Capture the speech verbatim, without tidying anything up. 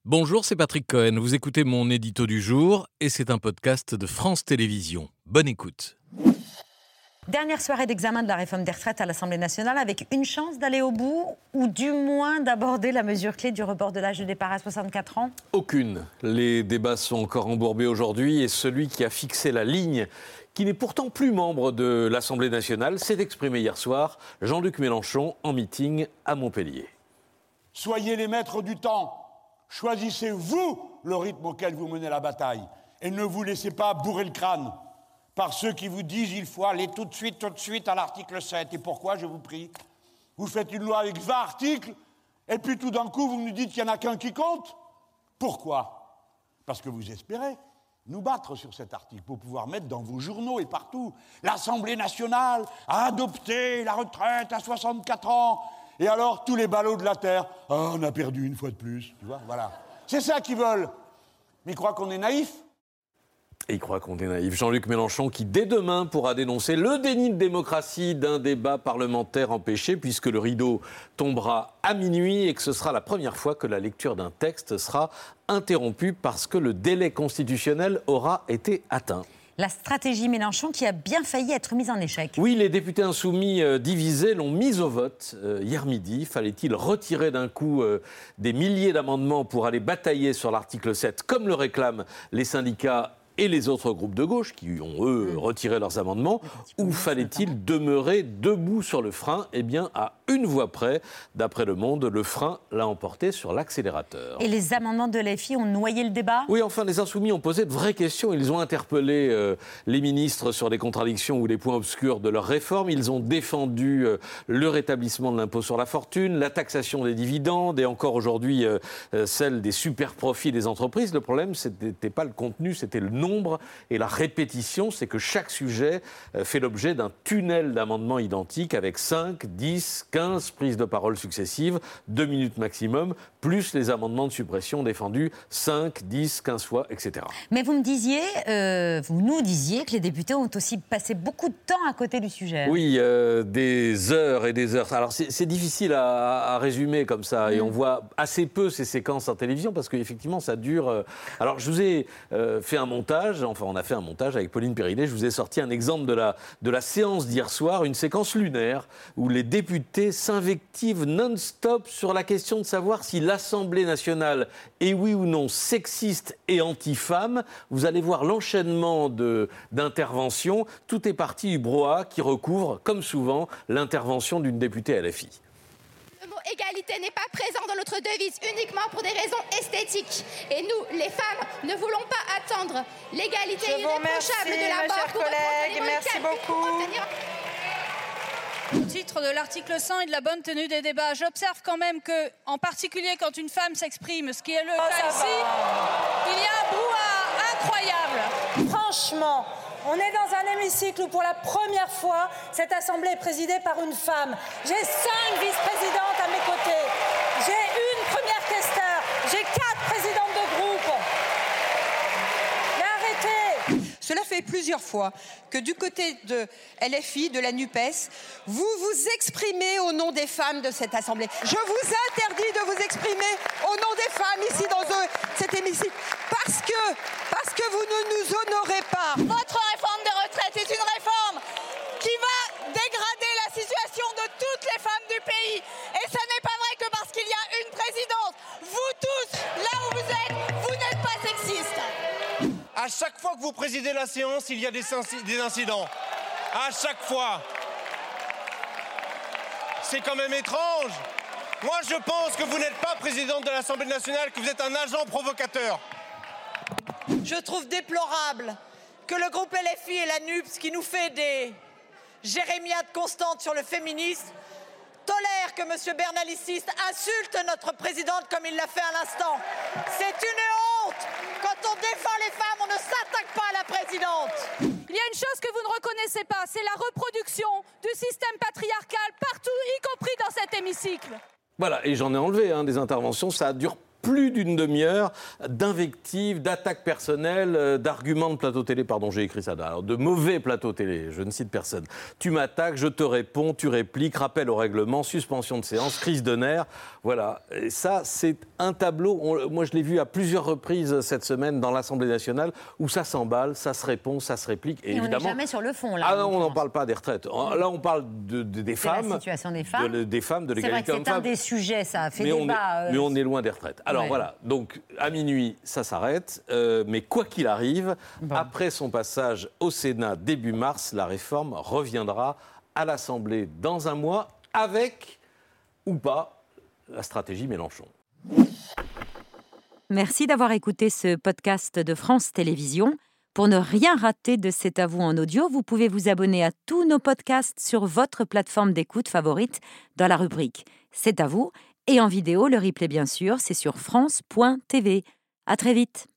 Bonjour, c'est Patrick Cohen. Vous écoutez mon édito du jour et c'est un podcast de France Télévisions. Bonne écoute. Dernière soirée d'examen de la réforme des retraites à l'Assemblée nationale avec une chance d'aller au bout ou du moins d'aborder la mesure clé du report de l'âge de départ à soixante-quatre ans ? Aucune. Les débats sont encore embourbés aujourd'hui et celui qui a fixé la ligne, qui n'est pourtant plus membre de l'Assemblée nationale, s'est exprimé hier soir, Jean-Luc Mélenchon, en meeting à Montpellier. Soyez les maîtres du temps. Choisissez, vous, le rythme auquel vous menez la bataille. Et ne vous laissez pas bourrer le crâne par ceux qui vous disent qu'il faut aller tout de suite, tout de suite à l'article sept. Et pourquoi, je vous prie ? Vous faites une loi avec vingt articles, et puis tout d'un coup, vous nous dites qu'il n'y en a qu'un qui compte. Pourquoi ? Parce que vous espérez nous battre sur cet article pour pouvoir mettre dans vos journaux et partout. L'Assemblée nationale a adopté la retraite à soixante-quatre ans. Et alors, tous les ballots de la Terre, ah, on a perdu une fois de plus, tu vois, voilà. C'est ça qu'ils veulent. Mais ils croient qu'on est naïfs. Et il croit qu'on est naïf. Jean-Luc Mélenchon qui, dès demain, pourra dénoncer le déni de démocratie d'un débat parlementaire empêché, puisque le rideau tombera à minuit et que ce sera la première fois que la lecture d'un texte sera interrompue parce que le délai constitutionnel aura été atteint. La stratégie Mélenchon qui a bien failli être mise en échec. Oui, les députés insoumis euh, divisés l'ont mise au vote euh, hier midi. Fallait-il retirer d'un coup euh, des milliers d'amendements pour aller batailler sur l'article sept, comme le réclament les syndicats et les autres groupes de gauche qui ont, eux, retiré leurs amendements, ou fallait-il demeurer debout sur le frein ? Eh bien, à une voix près, d'après Le Monde, le frein l'a emporté sur l'accélérateur. Et les amendements de L F I ont noyé le débat ? Oui, enfin, les Insoumis ont posé de vraies questions. Ils ont interpellé euh, les ministres sur les contradictions ou les points obscurs de leur réforme. Ils ont défendu euh, le rétablissement de l'impôt sur la fortune, la taxation des dividendes et encore aujourd'hui euh, euh, celle des super profits des entreprises. Le problème, ce n'était pas le contenu, c'était le nombre et la répétition. C'est que chaque sujet euh, fait l'objet d'un tunnel d'amendements identiques avec cinq, dix, quinze prises de parole successives, deux minutes maximum, plus les amendements de suppression défendus cinq, dix, quinze fois, et cetera. Mais vous me disiez, euh, vous nous disiez que les députés ont aussi passé beaucoup de temps à côté du sujet. Oui, euh, des heures et des heures. Alors c'est, c'est difficile à, à résumer comme ça, mmh. et on voit assez peu ces séquences en télévision parce qu'effectivement ça dure. Euh... Alors je vous ai euh, fait un montage, enfin on a fait un montage avec Pauline Périllet, je vous ai sorti un exemple de la, de la séance d'hier soir, une séquence lunaire où les députés s'invectivent non-stop sur la question de savoir si l'Assemblée nationale est oui ou non sexiste et anti-femme. Vous allez voir l'enchaînement de, d'interventions. Tout est parti du brouhaha qui recouvre, comme souvent, l'intervention d'une députée L F I. Le mot égalité n'est pas présent dans notre devise uniquement pour des raisons esthétiques. Et nous, les femmes, ne voulons pas attendre l'égalité irréprochable de la mort pour collègues, merci beaucoup. Au titre de l'article cent et de la bonne tenue des débats, j'observe quand même que, en particulier quand une femme s'exprime, ce qui est le oh, cas ici, va. Il y a un brouhaha incroyable. Franchement, on est dans un hémicycle où pour la première fois, cette assemblée est présidée par une femme. J'ai cinq vice-présidentes à mes côtés. J'ai une première questeur. J'ai quatre présidentes de groupe. Mais arrêtez. Cela fait plusieurs fois que du côté de L F I, de la NUPES, vous vous exprimez au nom des femmes de cette assemblée. Je vous interdis de vous exprimer au nom des femmes ici dans cet hémicycle parce que, parce que vous ne nous honorez pas. Votre réforme des retraites est une réforme qui va dégrader la situation de toutes les femmes du pays. Et ce n'est pas vrai que parce qu'il y a une présidente, vous tous, là où vous êtes, vous n'êtes pas sexistes. À chaque fois que vous présidez la séance, il y a des, des incidents. À chaque fois. C'est quand même étrange. Moi, je pense que vous n'êtes pas présidente de l'Assemblée nationale, que vous êtes un agent provocateur. Je trouve déplorable que le groupe L F I et la NUPES, qui nous fait des jérémiades constantes sur le féminisme, tolèrent que M. Bernalicis insulte notre présidente comme il l'a fait à l'instant. C'est une honte. Quand on défend les femmes, on ne s'attaque pas à la présidente. Il y a une chose que vous ne reconnaissez pas, c'est la reproduction du système patriarcal partout, y compris dans cet hémicycle. Voilà, et j'en ai enlevé hein, des interventions, ça dure plus d'une demi-heure d'invectives, d'attaques personnelles, d'arguments de plateau télé, pardon, j'ai écrit ça, alors de mauvais plateau télé, je ne cite personne. Tu m'attaques, je te réponds, tu répliques, rappel au règlement, suspension de séance, crise de nerfs. Voilà, et ça, c'est un tableau, on, moi je l'ai vu à plusieurs reprises cette semaine dans l'Assemblée nationale, où ça s'emballe, ça se répond, ça se réplique. Et, et évidemment, on n'est jamais sur le fond, là. Ah non, on n'en parle pas des retraites. Là, on parle de, de, des de femmes. la situation des femmes. De, des femmes, de l'égalité homme-femme. C'est vrai que c'est un des sujets, ça a fait mais débat. On est, euh... Mais on est loin des retraites. Alors ouais. voilà, donc à minuit, ça s'arrête. Euh, mais quoi qu'il arrive, bon. Après son passage au Sénat début mars, la réforme reviendra à l'Assemblée dans un mois avec, ou pas, la stratégie Mélenchon. Merci d'avoir écouté ce podcast de France Télévisions. Pour ne rien rater de C'est à vous en audio, vous pouvez vous abonner à tous nos podcasts sur votre plateforme d'écoute favorite dans la rubrique C'est à vous. Et en vidéo, le replay bien sûr, c'est sur France point T V. À très vite.